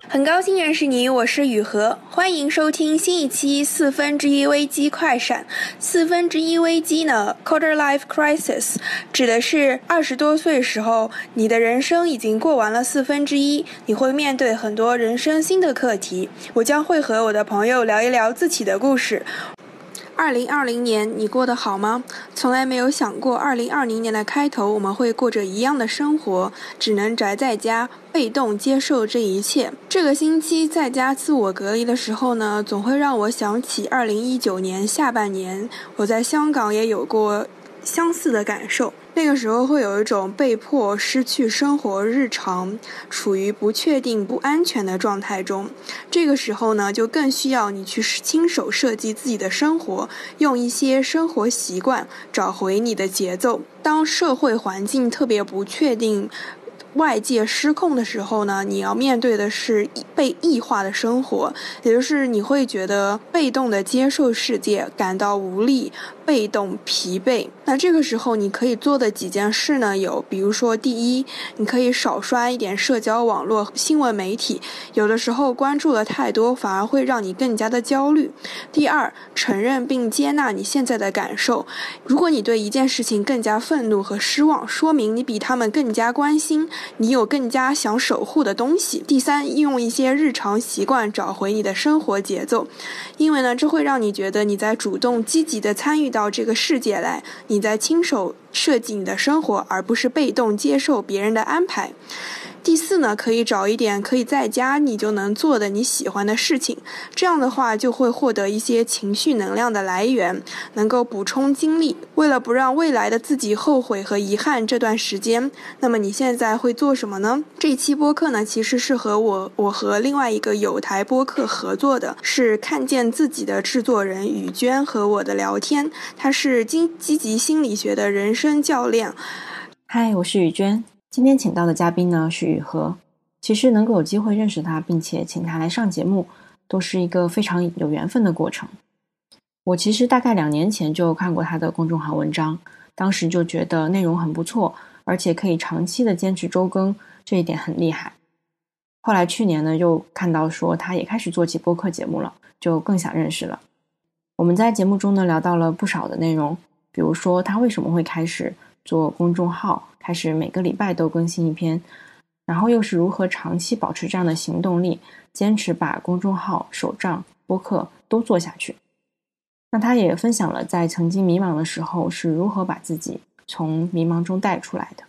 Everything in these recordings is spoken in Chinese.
很高兴认识你，我是雨禾，欢迎收听新一期1/4危机快闪。1/4危机呢 ，Quarter Life Crisis 指的是20多岁时候，你的人生已经过完了1/4，你会面对很多人生新的课题。我将会和我的朋友聊一聊自己的故事。2020年你过得好吗？从来没有想过2020年的开头我们会过着一样的生活，只能宅在家，被动接受这一切。这个星期在家自我隔离的时候呢，总会让我想起2019年下半年，我在香港也有过相似的感受。那个时候会有一种被迫失去生活日常，处于不确定不安全的状态中。这个时候呢，就更需要你去亲手设计自己的生活，用一些生活习惯找回你的节奏。当社会环境特别不确定，外界失控的时候呢，你要面对的是被异化的生活，也就是你会觉得被动的接受世界，感到无力、被动、疲惫。那这个时候你可以做的几件事呢，有比如说第一，你可以少刷一点社交网络、新闻媒体，有的时候关注的太多反而会让你更加的焦虑。第二，承认并接纳你现在的感受，如果你对一件事情更加愤怒和失望，说明你比他们更加关心，你有更加想守护的东西。第三，用一些日常习惯找回你的生活节奏，因为呢，这会让你觉得你在主动积极地参与到这个世界来，你在亲手设计你的生活，而不是被动接受别人的安排。第四呢，可以找一点可以在家你就能做的你喜欢的事情，这样的话就会获得一些情绪能量的来源，能够补充精力。为了不让未来的自己后悔和遗憾这段时间，那么你现在会做什么呢？这一期播客呢，其实是和我和另外一个有台播客合作的，是看见自己的制作人雨娟和我的聊天，她是积极心理学的人生教练。 嗨，我是雨娟。今天请到的嘉宾呢是雨禾，其实能够有机会认识他，并且请他来上节目，都是一个非常有缘分的过程。我其实大概2年前就看过他的公众号文章，当时就觉得内容很不错，而且可以长期的坚持周更，这一点很厉害。后来去年呢，又看到说他也开始做起播客节目了，就更想认识了。我们在节目中呢聊到了不少的内容，比如说他为什么会开始做公众号，开始每个礼拜都更新一篇，然后又是如何长期保持这样的行动力，坚持把公众号、手账、播客都做下去。那他也分享了在曾经迷茫的时候是如何把自己从迷茫中带出来的。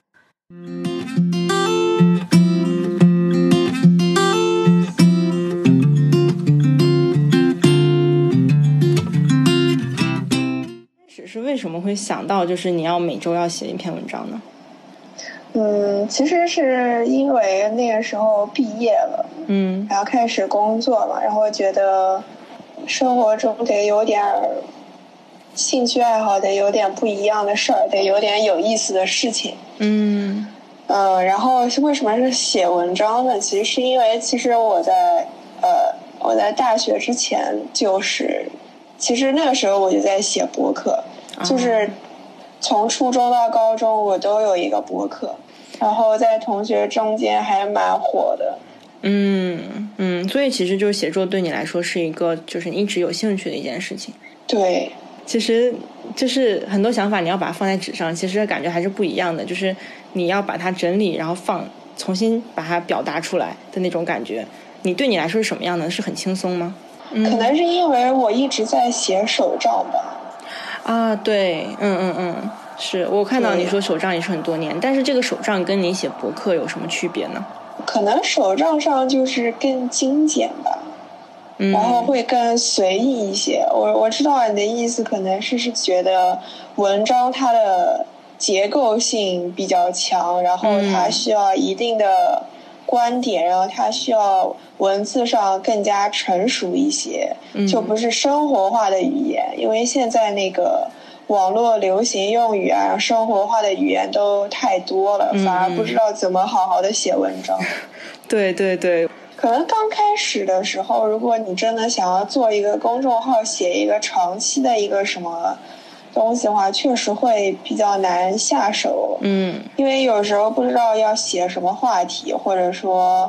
是为什么会想到就是你要每周要写一篇文章呢？ 其实是因为那个时候毕业了，然后开始工作嘛，然后觉得生活中得有点兴趣爱好，得有点不一样的事儿，得有点有意思的事情。然后为什么是写文章呢？其实是因为我在大学之前其实那个时候我就在写博客，就是从初中到高中我都有一个博客，然后在同学中间还蛮火的。 所以其实就是写作对你来说是一个就是你一直有兴趣的一件事情。 对， 其实就是很多想法你要把它放在纸上，其实感觉还是不一样的，就是你要把它整理，然后重新把它表达出来的那种感觉。对你来说是什么样的？是很轻松吗？ 可能是因为我一直在写手账吧。 对，是我看到你说手账也是很多年，但是这个手账跟你写博客有什么区别呢？ 可能手账上就是更精简吧，然后会更随意一些。我知道你的意思，可能是觉得文章它的结构性比较强，然后它需要一定的观点，然后它需要文字上更加成熟一些，就不是生活化的语言。因为现在那个网络流行用语啊，生活化的语言都太多了，反而不知道怎么好好的写文章。 对， 可能刚开始的时候，如果你真的想要做一个公众号，写一个长期的一个什么东西的话，确实会比较难下手。因为有时候不知道要写什么话题，或者说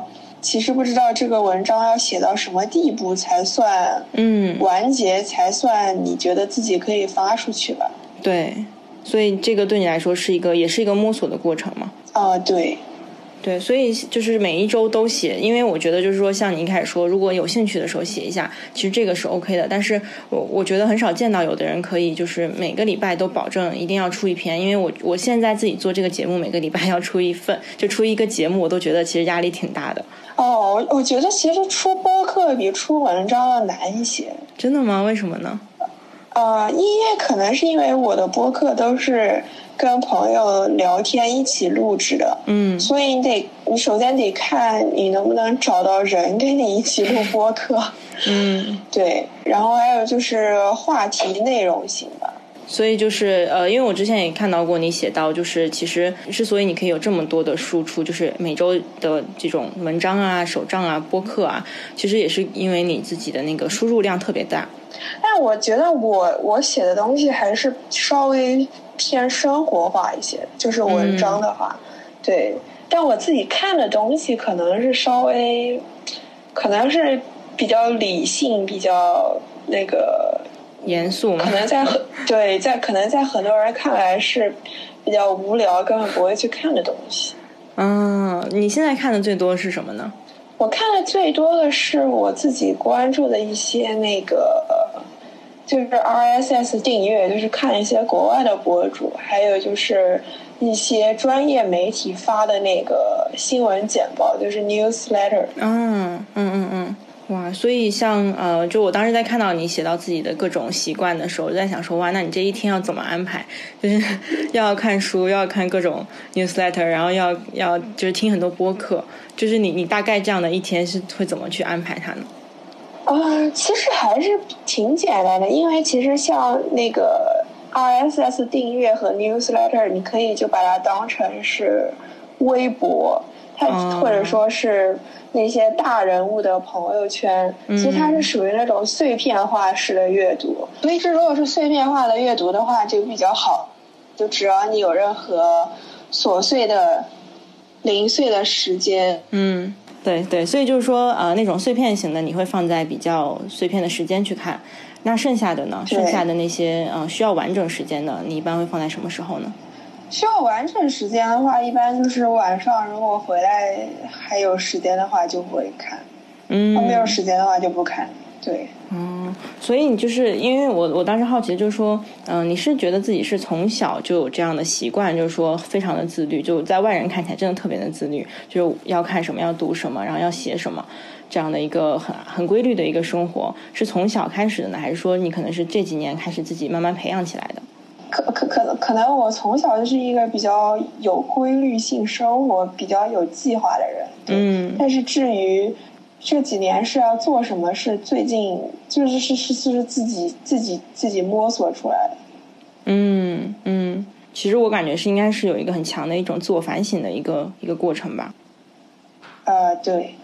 其实不知道这个文章要写到什么地步才算完结，才算你觉得自己可以发出去吧。 对，所以这个对你来说也是一个摸索的过程嘛。 对， 所以就是每一周都写，因为我觉得就是说像你一开始说，如果有兴趣的时候写一下，其实这个是 OK 的。但是我觉得很少见到有的人可以就是每个礼拜都保证一定要出一篇，因为我现在自己做这个节目，每个礼拜要出一份，就出一个节目，我都觉得其实压力挺大的。 我觉得其实出播客比出文章要难一些。 真的吗？为什么呢？ 因为可能是因为我的播客都是跟朋友聊天一起录制的，所以你首先得看你能不能找到人跟你一起录播客，对，然后还有就是话题内容型吧。 所以就是因为我之前也看到过你写到，就是其实之所以你可以有这么多的输出，就是每周的这种文章啊、手账啊、播客啊，其实也是因为你自己的那个输入量特别大。 但我觉得我写的东西还是稍微偏生活化一些，就是文章的话，对。但我自己看的东西可能是可能是比较理性，比较那个严肃嘛。 可能可能在很多人看来是比较无聊，根本不会去看的东西。 你现在看的最多是什么呢？ 我看的最多的是我自己关注的一些那个就是 RSS 订阅，就是看一些国外的博主，还有就是一些专业媒体发的那个新闻简报，就是 newsletter。 哇，所以像就我当时在看到你写到自己的各种习惯的时候，我在想说，哇，那你这一天要怎么安排？就是要看书，要看各种 newsletter， 然后要就是听很多播客，就是你大概这样的一天是会怎么去安排它呢？ 其实还是挺简单的，因为其实像那个 RSS 订阅和 newsletter， 你可以就把它当成是微博，或者说是那些大人物的朋友圈，其实它是属于那种碎片化式的阅读。所以如果是碎片化的阅读的话就比较好，就只要你有任何琐碎的零碎的时间。 对，所以就是说那种碎片型的你会放在比较碎片的时间去看，那剩下的呢？剩下的那些需要完整时间的，你一般会放在什么时候呢？ 需要完整时间的话，一般就是晚上，如果回来还有时间的话就会看，没有时间的话就不看。对， 所以你就是因为我当时好奇就是说，你是觉得自己是从小就有这样的习惯，就是说非常的自律，就在外人看起来真的特别的自律，就是要看什么要读什么，然后要写什么，这样的一个很规律的一个生活，是从小开始的呢，还是说你可能是这几年开始自己慢慢培养起来的？ 可能我从小就是一个比较有规律性生活、比较有计划的人。但是至于这几年是要做什么，是最近就是自己摸索出来的。 其实我感觉应该是有一个很强的一种自我反省的一个过程吧。 对。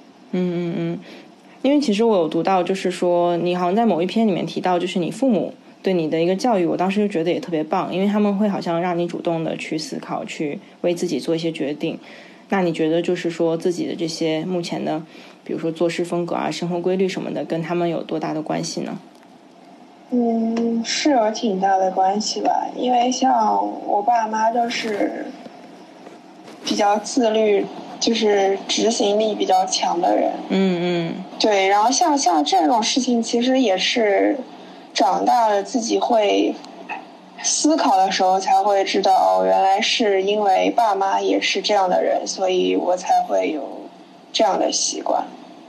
因为其实我有读到，就是说你好像在某一篇里面提到，就是你父母对你的一个教育，我当时就觉得也特别棒，因为他们会好像让你主动的去思考，去为自己做一些决定。那你觉得就是说自己的这些目前的比如说做事风格啊、生活规律什么的，跟他们有多大的关系呢？ 是有挺大的关系吧，因为像我爸妈都是比较自律，就是执行力比较强的人。对，然后像这种事情其实也是长大了自己会思考的时候才会知道，原来是因为爸妈也是这样的人，所以我才会有这样的习惯。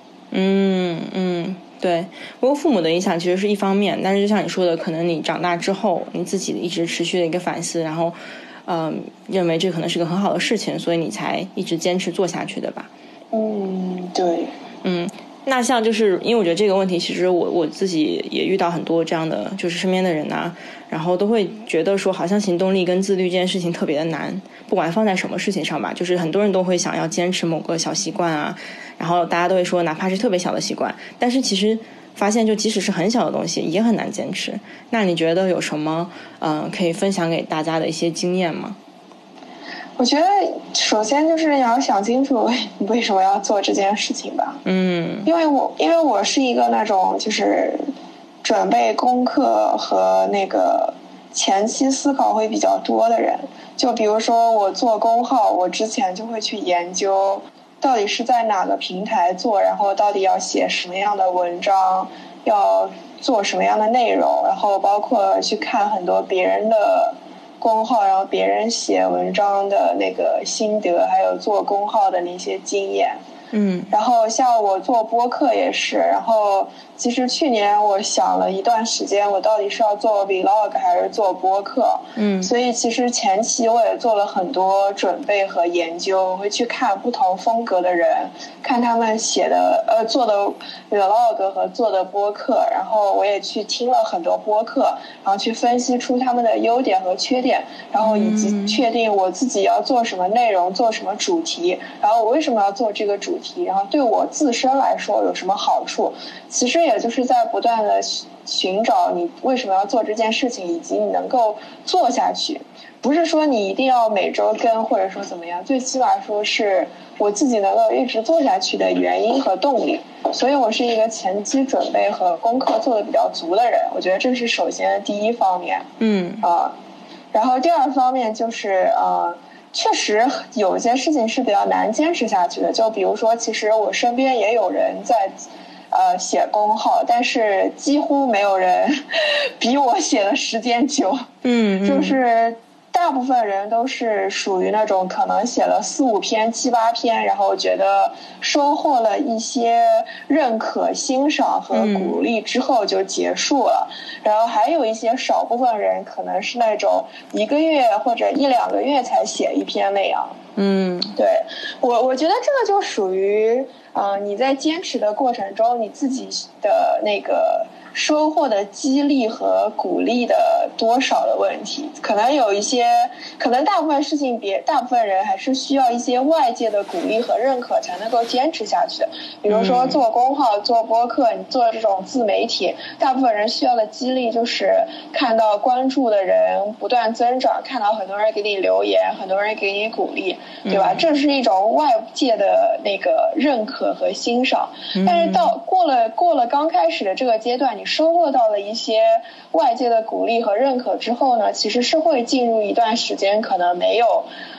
对，不过父母的影响其实是一方面，但是就像你说的，可能你长大之后你自己一直持续的一个反思，然后认为这可能是个很好的事情，所以你才一直坚持做下去的吧。 对。 那像就是因为我觉得这个问题其实我自己也遇到很多这样的就是身边的人啊，然后都会觉得说好像行动力跟自律这件事情特别的难，不管放在什么事情上吧，就是很多人都会想要坚持某个小习惯啊，然后大家都会说哪怕是特别小的习惯，但是其实发现就即使是很小的东西也很难坚持。那你觉得有什么可以分享给大家的一些经验吗？ 我觉得首先就是你要想清楚你为什么要做这件事情吧。因为我是一个那种就是准备功课和那个前期思考会比较多的人。就比如说我做公号，我之前就会去研究到底是在哪个平台做，然后到底要写什么样的文章，要做什么样的内容，然后包括去看很多别人的公号，然后别人写文章的那个心得，还有做公号的那些经验。然后像我做播客也是，然后其实去年我想了一段时间，我到底是要做 vlog 还是做播客。所以其实前期我也做了很多准备和研究，我会去看不同风格的人，看他们写的做的 vlog 和做的播客，然后我也去听了很多播客，然后去分析出他们的优点和缺点，然后以及确定我自己要做什么内容，做什么主题，然后我为什么要做这个主题，然后对我自身来说有什么好处。其实也就是在不断的寻找你为什么要做这件事情，以及你能够做下去。不是说你一定要每周更，或者说怎么样，最起码说是我自己能够一直做下去的原因和动力。所以我是一个前期准备和功课做的比较足的人，我觉得这是首先第一方面。然后第二方面就是确实有些事情是比较难坚持下去的。就比如说其实我身边也有人在写公号，但是几乎没有人比我写的时间久。就是大部分人都是属于那种可能写了4-5篇、7-8篇，然后觉得收获了一些认可、欣赏和鼓励之后就结束了。然后还有一些少部分人可能是那种1个月或者1-2个月才写一篇那样。对，我觉得这个就属于你在坚持的过程中你自己的那个收获的激励和鼓励的多少的问题。可能有一些，可能大部分事情大部分人还是需要一些外界的鼓励和认可才能够坚持下去的。比如说做公号、做播客，你做这种自媒体，大部分人需要的激励就是看到关注的人不断增长，看到很多人给你留言，很多人给你鼓励，对吧？这是一种外界的那个认可和欣赏。但是过了刚开始的这个阶段，你收获到了一些外界的鼓励和认可之后呢，其实是会进入一段时间可能没有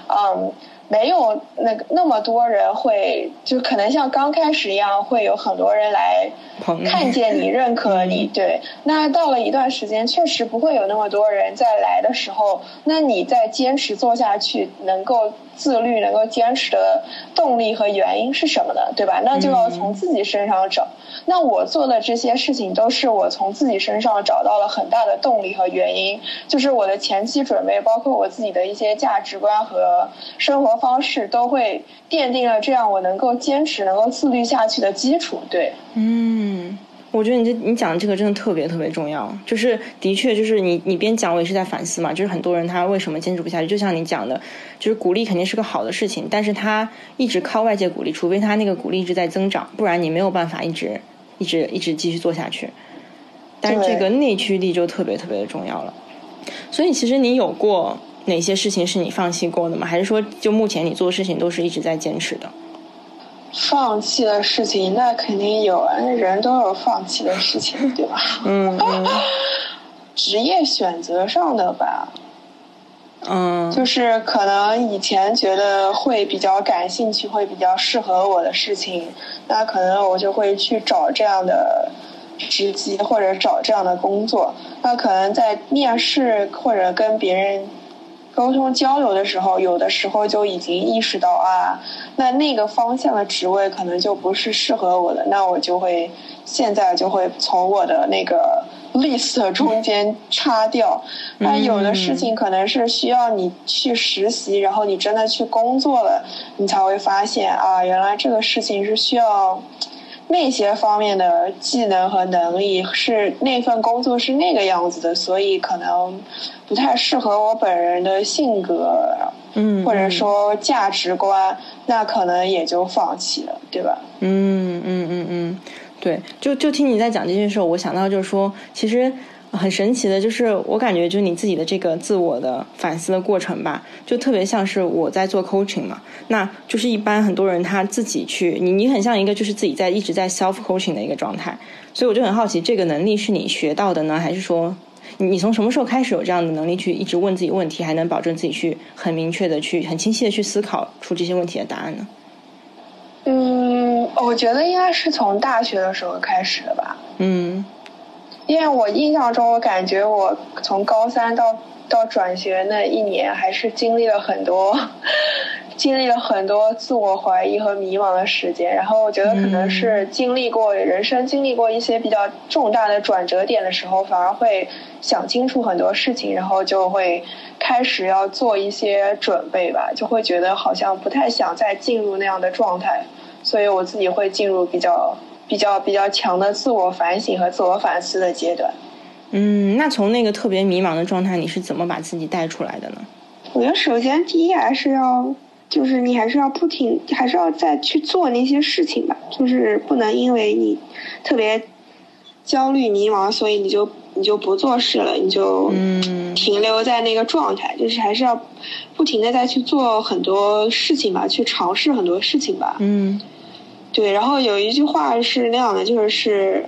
那么多人会，就可能像刚开始一样会有很多人来看见你、认可你。对，那到了一段时间确实不会有那么多人再来的时候，那你再坚持做下去能够自律能够坚持的动力和原因是什么呢？对吧？那就要从自己身上找。那我做的这些事情都是我从自己身上找到了很大的动力和原因，就是我的前期准备，包括我自己的一些价值观和生活方式，都会奠定了这样我能够坚持能够自律下去的基础。对， 我觉得你讲的这个真的特别特别重要，就是的确就是你边讲我也是在反思嘛，就是很多人他为什么坚持不下去，就像你讲的，就是鼓励肯定是个好的事情，但是他一直靠外界鼓励，除非他那个鼓励一直在增长，不然你没有办法一直继续做下去。但是这个内驱力就特别特别的重要了。所以其实你有过哪些事情是你放弃过的吗？还是说就目前你做的事情都是一直在坚持的？ 放弃的事情那肯定有啊，人都有放弃的事情，对吧？职业选择上的吧，就是可能以前觉得会比较感兴趣，会比较适合我的事情，那可能我就会去找这样的职级或者找这样的工作。那可能在面试或者跟别人沟通交流的时候，有的时候就已经意识到那个方向的职位可能就不是适合我的，那我就会现在就会从我的那个 list 中间插掉。那有的事情可能是需要你去实习，然后你真的去工作了，你才会发现原来这个事情是需要那些方面的技能和能力，是那份工作是那个样子的，所以可能不太适合我本人的性格，或者说价值观，那可能也就放弃了，对吧？对， 就听你在讲这件事，我想到就是说，其实很神奇的，就是我感觉就你自己的这个自我的反思的过程吧，就特别像是我在做 coaching 嘛，那就是一般很多人他自己去，你很像一个就是自己一直在 self coaching 的一个状态，所以我就很好奇，这个能力是你学到的呢，还是说你从什么时候开始有这样的能力去一直问自己问题，还能保证自己去很明确的去很清晰的去思考出这些问题的答案呢？ 我觉得应该是从大学的时候开始的吧。因为我印象中，我感觉我从高三到转学那一年，还是经历了很多自我怀疑和迷茫的时间。然后我觉得可能是人生经历过一些比较重大的转折点的时候，反而会想清楚很多事情，然后就会开始要做一些准备吧，就会觉得好像不太想再进入那样的状态，所以我自己会进入比较强的自我反省和自我反思的阶段。 那从那个特别迷茫的状态，你是怎么把自己带出来的呢？ 我觉得首先第一还是要再去做那些事情吧，就是不能因为你特别焦虑迷茫，所以你就不做事了，你就停留在那个状态，就是还是要不停的再去做很多事情吧，去尝试很多事情吧。对，然后有一句话是那样的，就是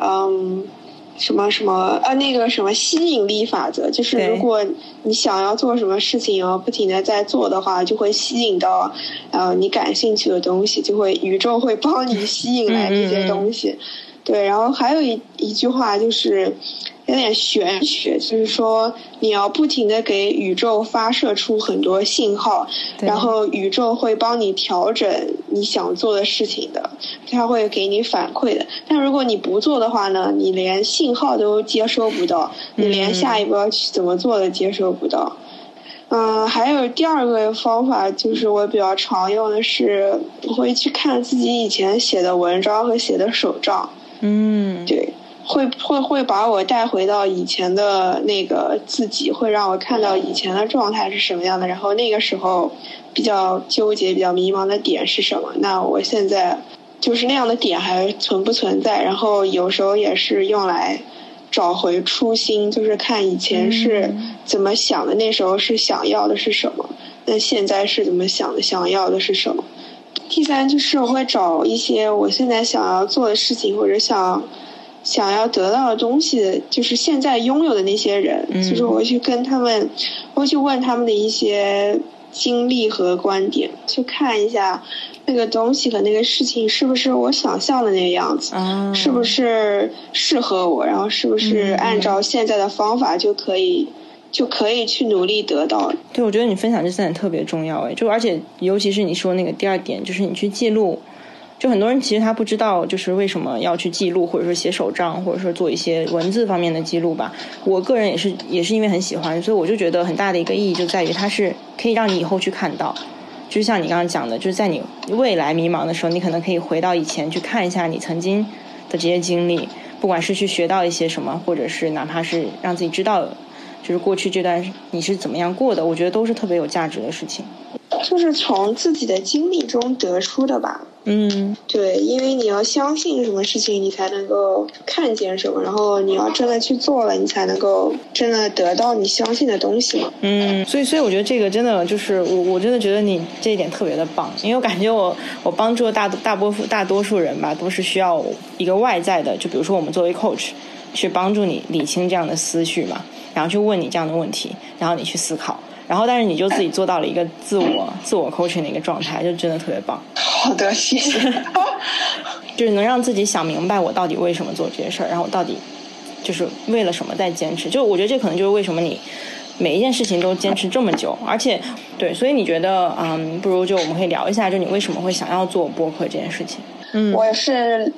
那个什么吸引力法则，就是如果你想要做什么事情，然后不停的在做的话，就会吸引到你感兴趣的东西，宇宙会帮你吸引来这些东西。对，然后还有一句话就是有点玄学，就是说你要不停的给宇宙发射出很多信号，然后宇宙会帮你调整你想做的事情的，它会给你反馈的。但如果你不做的话呢，你连信号都接收不到，你连下一步要去怎么做都接收不到。还有第二个方法，就是我比较常用的是，我会去看自己以前写的文章和写的手账。对，会把我带回到以前的那个自己，会让我看到以前的状态是什么样的，然后那个时候比较纠结比较迷茫的点是什么，那我现在就是那样的点还存不存在，然后有时候也是用来找回初心，就是看以前是怎么想的，那时候是想要的是什么，那现在是怎么想的，想要的是什么。第三就是我会找一些我现在想要做的事情，或者想要得到的东西，就是现在拥有的那些人，就是我会去问他们的一些经历和观点，去看一下那个东西和那个事情是不是我想象的那个样子，是不是适合我，然后是不是按照现在的方法就可以去努力得到。 对，我觉得你分享这3点特别重要就而且尤其是你说那个第2点，就是你去记录，就很多人其实他不知道就是为什么要去记录，或者说写手账，或者说做一些文字方面的记录吧。我个人也是因为很喜欢，所以我就觉得很大的一个意义就在于它是可以让你以后去看到，就像你刚刚讲的，就是在你未来迷茫的时候，你可能可以回到以前去看一下你曾经的这些经历，不管是去学到一些什么，或者是哪怕是让自己知道就是过去这段你是怎么样过的，我觉得都是特别有价值的事情， 就是从自己的经历中得出的吧。对，因为你要相信什么事情，你才能够看见什么，然后你要真的去做了，你才能够真的得到你相信的东西嘛。 所以我觉得这个真的就是我真的觉得你这一点特别的棒，因为我感觉我帮助大多数人吧，都是需要一个外在的，就比如说我们作为 coach 去帮助你理清这样的思绪嘛，然后去问你这样的问题，然后你去思考，然后但是你就自己做到了一个自我 coaching 的一个状态，就真的特别棒。 好的，谢谢。 就是能让自己想明白我到底为什么做这些事儿，然后我到底就是为了什么在坚持，就我觉得这可能就是为什么你每一件事情都坚持这么久。而且对，所以你觉得不如就我们可以聊一下，就你为什么会想要做播客这件事情。 我也是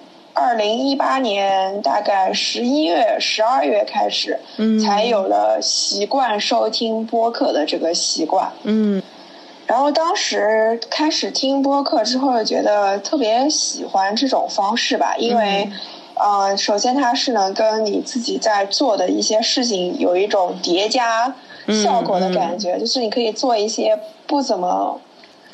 2018年大概11月12月开始才有了习惯收听播客的这个习惯。然后当时开始听播客之后，觉得特别喜欢这种方式吧，因为首先它是能跟你自己在做的一些事情有一种叠加效果的感觉，就是你可以做一些不怎么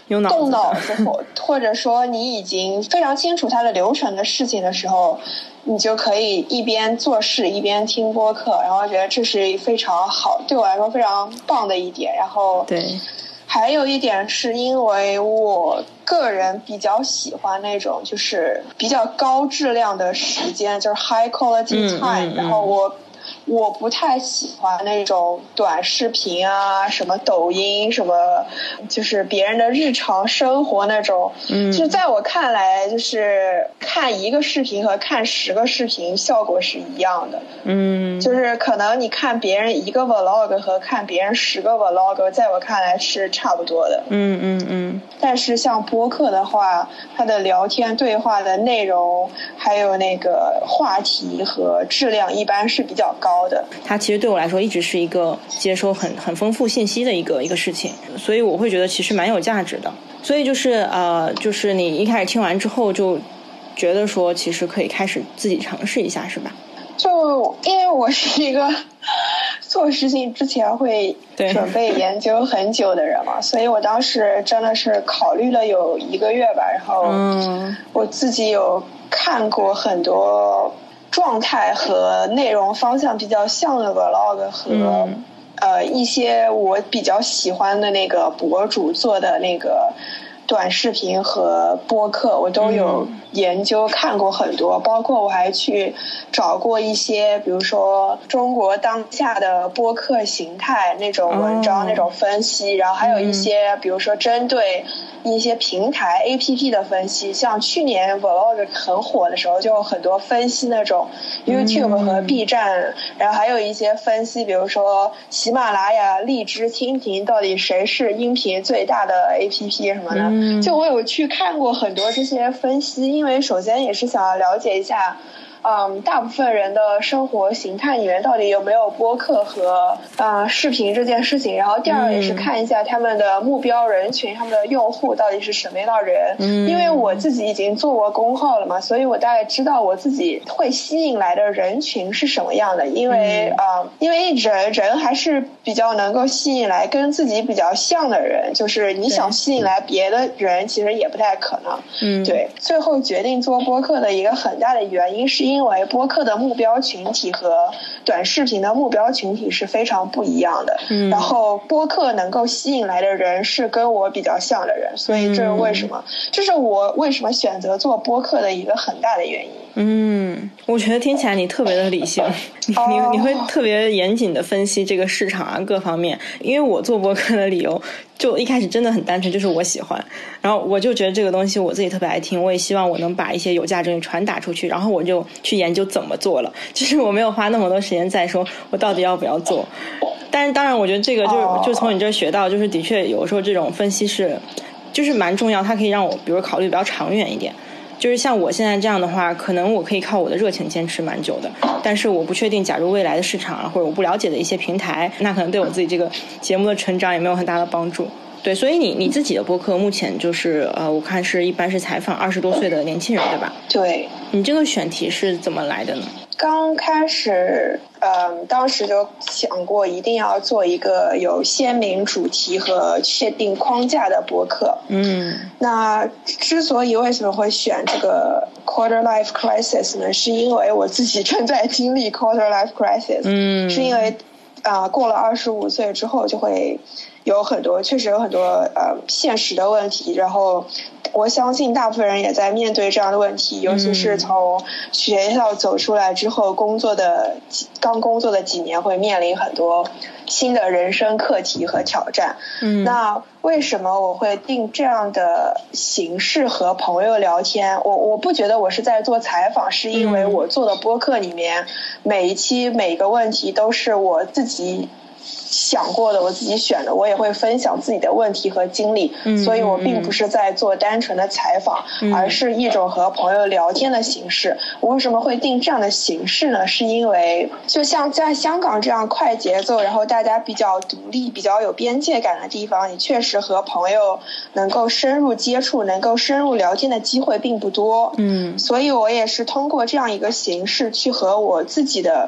动脑子或者说你已经非常清楚它的流程的事情的时候，你就可以一边做事一边听播客，然后我觉得这是非常好，对我来说非常棒的一点。然后对， 还有一点是因为我个人比较喜欢那种就是比较高质量的时间，就是 high quality time，然后我不太喜欢那种短视频啊，什么抖音，什么就是别人的日常生活那种。就在我看来，就是看一个视频和看10个视频效果是一样的。就是可能你看别人1个 vlog 和看别人10个 vlog， 在我看来是差不多的。但是像播客的话，它的聊天对话的内容，还有那个话题和质量一般是比较高的。 它其实对我来说一直是一个接收很丰富信息的一个事情，所以我会觉得其实蛮有价值的。所以就是你一开始听完之后就觉得说其实可以开始自己尝试一下，是吧？ 就因为我是一个做事情之前会准备研究很久的人嘛，所以我当时真的是考虑了有1个月吧，然后我自己有看过很多状态和内容方向比较像的 vlog 和一些我比较喜欢的那个博主做的那个短视频和播客，我都有研究看过很多，包括我还去找过一些比如说中国当下的播客形态那种文章那种分析，然后还有一些比如说针对一些平台 APP 的分析，像去年 vlog 很火的时候就有很多分析那种 YouTube 和 B 站，然后还有一些分析比如说喜马拉雅、荔枝、蜻蜓到底谁是音频最大的 APP 什么的。就我有去看过很多这些分析，因为首先也是想要了解一下大部分人的生活形态里面到底有没有播客和视频这件事情，然后第二个也是看一下他们的目标人群，他们的用户到底是什么样的人。因为我自己已经做过公号了嘛，所以我大概知道我自己会吸引来的人群是什么样的，因为人还是比较能够吸引来跟自己比较像的人，就是你想吸引来别的人其实也不太可能。对，最后决定做播客的一个很大的原因是因为播客的目标群体和短视频的目标群体是非常不一样的。然后播客能够吸引来的人是跟我比较像的人，所以这是为什么，这是我为什么选择做播客的一个很大的原因。 我觉得听起来你特别的理性，你会特别严谨的分析这个市场啊各方面。因为我做播客的理由就一开始真的很单纯，就是我喜欢，然后我就觉得这个东西我自己特别爱听，我也希望我能把一些有价值的传达出去，然后我就去研究怎么做了，就是我没有花那么多时间在说我到底要不要做。但是当然我觉得这个就从你这儿学到，就是的确有时候这种分析就是蛮重要，它可以让我比如考虑比较长远一点。就是像我现在这样的话，可能我可以靠我的热情坚持蛮久的，但是我不确定假如未来的市场或者我不了解的一些平台，那可能对我自己这个节目的成长也没有很大的帮助。对，所以你自己的播客目前就是我看是一般是采访20多岁的年轻人，对吧？ 对。 你这个选题是怎么来的呢？ 刚开始当时就想过一定要做一个有鲜明主题和确定框架的播客。那之所以为什么会选这个 quarter life crisis 呢，是因为我自己正在经历 quarter life crisis。是因为过了25岁之后就会确实有很多现实的问题，然后我相信大部分人也在面对这样的问题，尤其是从学校走出来之后刚工作的几年会面临很多新的人生课题和挑战。那为什么我会定这样的形式和朋友聊天？我不觉得我是在做采访，是因为我做的播客里面每一期每个问题都是我自己想过的，我自己选的，我也会分享自己的问题和经历。所以我并不是在做单纯的采访，而是一种和朋友聊天的形式。我为什么会定这样的形式呢？是因为就像在香港这样快节奏，然后大家比较独立比较有边界感的地方，你确实和朋友能够深入接触能够深入聊天的机会并不多。所以我也是通过这样一个形式去和我自己的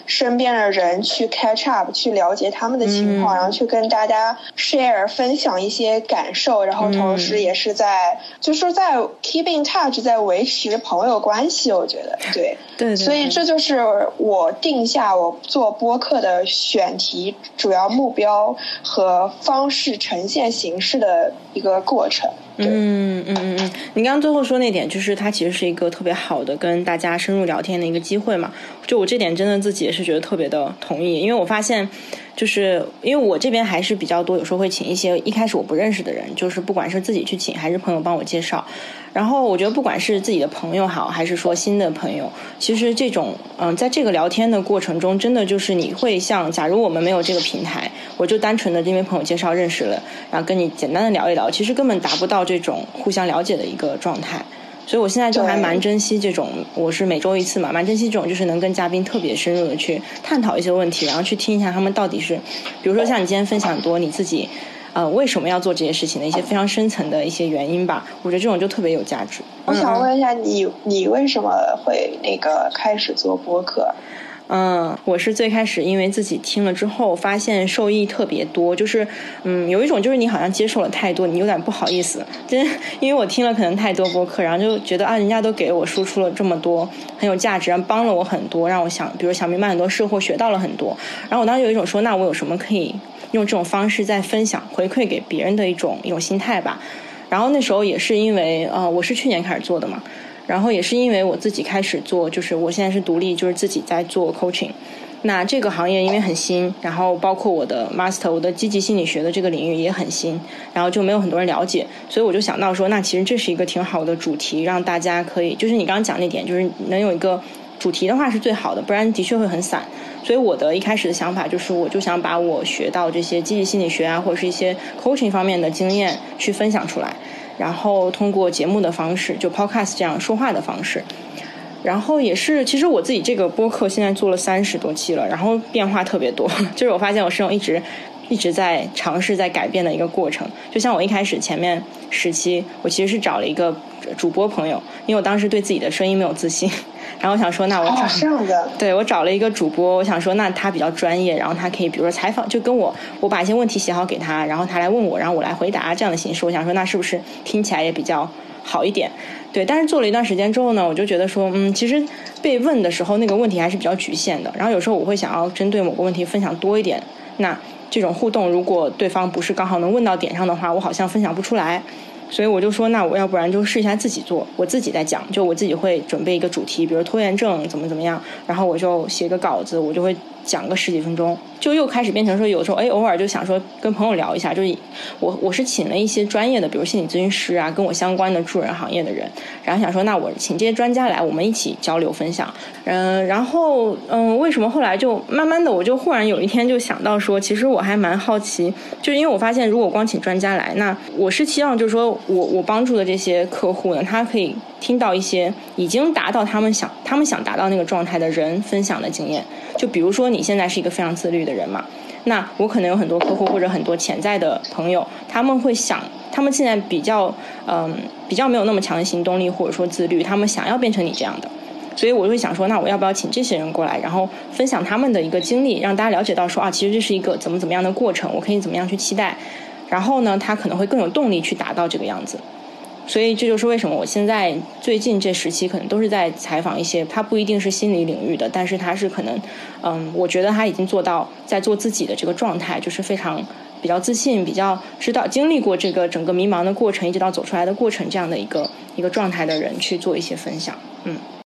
身边的人去 catch up， 去了解他们的情况，然后去跟大家 share 分享一些感受，然后同时也是就是说在 keep in touch， 在维持朋友关系，我觉得对，所以这就是我定下我做播客的选题、主要目标和方式呈现形式的一个过程。 你刚刚最后说那点，就是它其实是一个特别好的跟大家深入聊天的一个机会嘛。就我这点真的自己也是觉得特别的同意，因为我发现就是因为我这边还是比较多，有时候会请一些一开始我不认识的人，就是不管是自己去请还是朋友帮我介绍。然后我觉得不管是自己的朋友好，还是说新的朋友，其实这种在这个聊天的过程中，真的就是你会像假如我们没有这个平台，我就单纯的因为朋友介绍认识了，然后跟你简单的聊一聊，其实根本达不到这种互相了解的一个状态。所以我现在就还蛮珍惜这种，我是每周一次嘛，蛮珍惜这种就是能跟嘉宾特别深入的去探讨一些问题，然后去听一下他们到底是，比如说像你今天分享多你自己为什么要做这些事情的一些非常深层的一些原因吧，我觉得这种就特别有价值。 我想问一下你为什么会开始做播客？ 我是最开始因为自己听了之后发现受益特别多，就是有一种就是你好像接受了太多，你有点不好意思，真因为我听了可能太多播客，然后就觉得人家都给我输出了这么多很有价值，然后帮了我很多，让我比如想明白很多事或学到了很多，然后我当时有一种说那我有什么可以用这种方式再分享回馈给别人的一种心态吧。然后那时候也是因为我是去年开始做的嘛，然后也是因为我自己开始做，就是我现在是独立，就是自己在做 coaching。那这个行业因为很新，然后包括我的 master 我的积极心理学的这个领域也很新，然后就没有很多人了解，所以我就想到说那其实这是一个挺好的主题，让大家可以就是你刚刚讲那点，就是能有一个主题的话是最好的，不然的确会很散。所以我的一开始的想法就是我就想把我学到这些积极心理学啊或者是一些 coaching 方面的经验去分享出来，然后通过节目的方式就 podcast 这样说话的方式。然后也是其实我自己这个播客现在做了30多期了，然后变化特别多，就是我发现我是用一直在尝试在改变的一个过程。就像我一开始前面10期我其实是找了一个主播朋友，因为我当时对自己的声音没有自信，然后我想说那我对我找了一个主播，我想说那他比较专业，然后他可以比如说采访，就跟我把一些问题写好给他，然后他来问我，然后我来回答这样的形式，我想说那是不是听起来也比较好一点。对，但是做了一段时间之后呢，我就觉得说其实被问的时候那个问题还是比较局限的，然后有时候我会想要针对某个问题分享多一点，那这种互动如果对方不是刚好能问到点上的话，我好像分享不出来。所以我就说那我要不然就试一下自己做，我自己在讲，就我自己会准备一个主题，比如拖延症怎么样，然后我就写个稿子，我就会讲个10几分钟，就又开始变成说有时候偶尔就想说跟朋友聊一下，就是我是请了一些专业的比如心理咨询师啊跟我相关的助人行业的人，然后想说那我请这些专家来我们一起交流分享。然后为什么后来就慢慢的我就忽然有一天就想到说其实我还蛮好奇，就是因为我发现如果光请专家来，那我是期望就是说我帮助的这些客户呢，他可以听到一些已经达到他们想达到那个状态的人分享的经验。就比如说你现在是一个非常自律的人嘛，那我可能有很多客户或者很多潜在的朋友，他们现在比较没有那么强的行动力或者说自律，他们想要变成你这样的，所以我就会想说那我要不要请这些人过来，然后分享他们的一个经历，让大家了解到说其实这是一个怎么样的过程，我可以怎么样去期待，然后呢他可能会更有动力去达到这个样子。所以这就是为什么我现在最近这10期可能都是在采访一些他不一定是心理领域的，但是他是可能我觉得他已经做到在做自己的这个状态，就是非常比较自信，比较知道经历过这个整个迷茫的过程一直到走出来的过程这样的一个状态的人去做一些分享。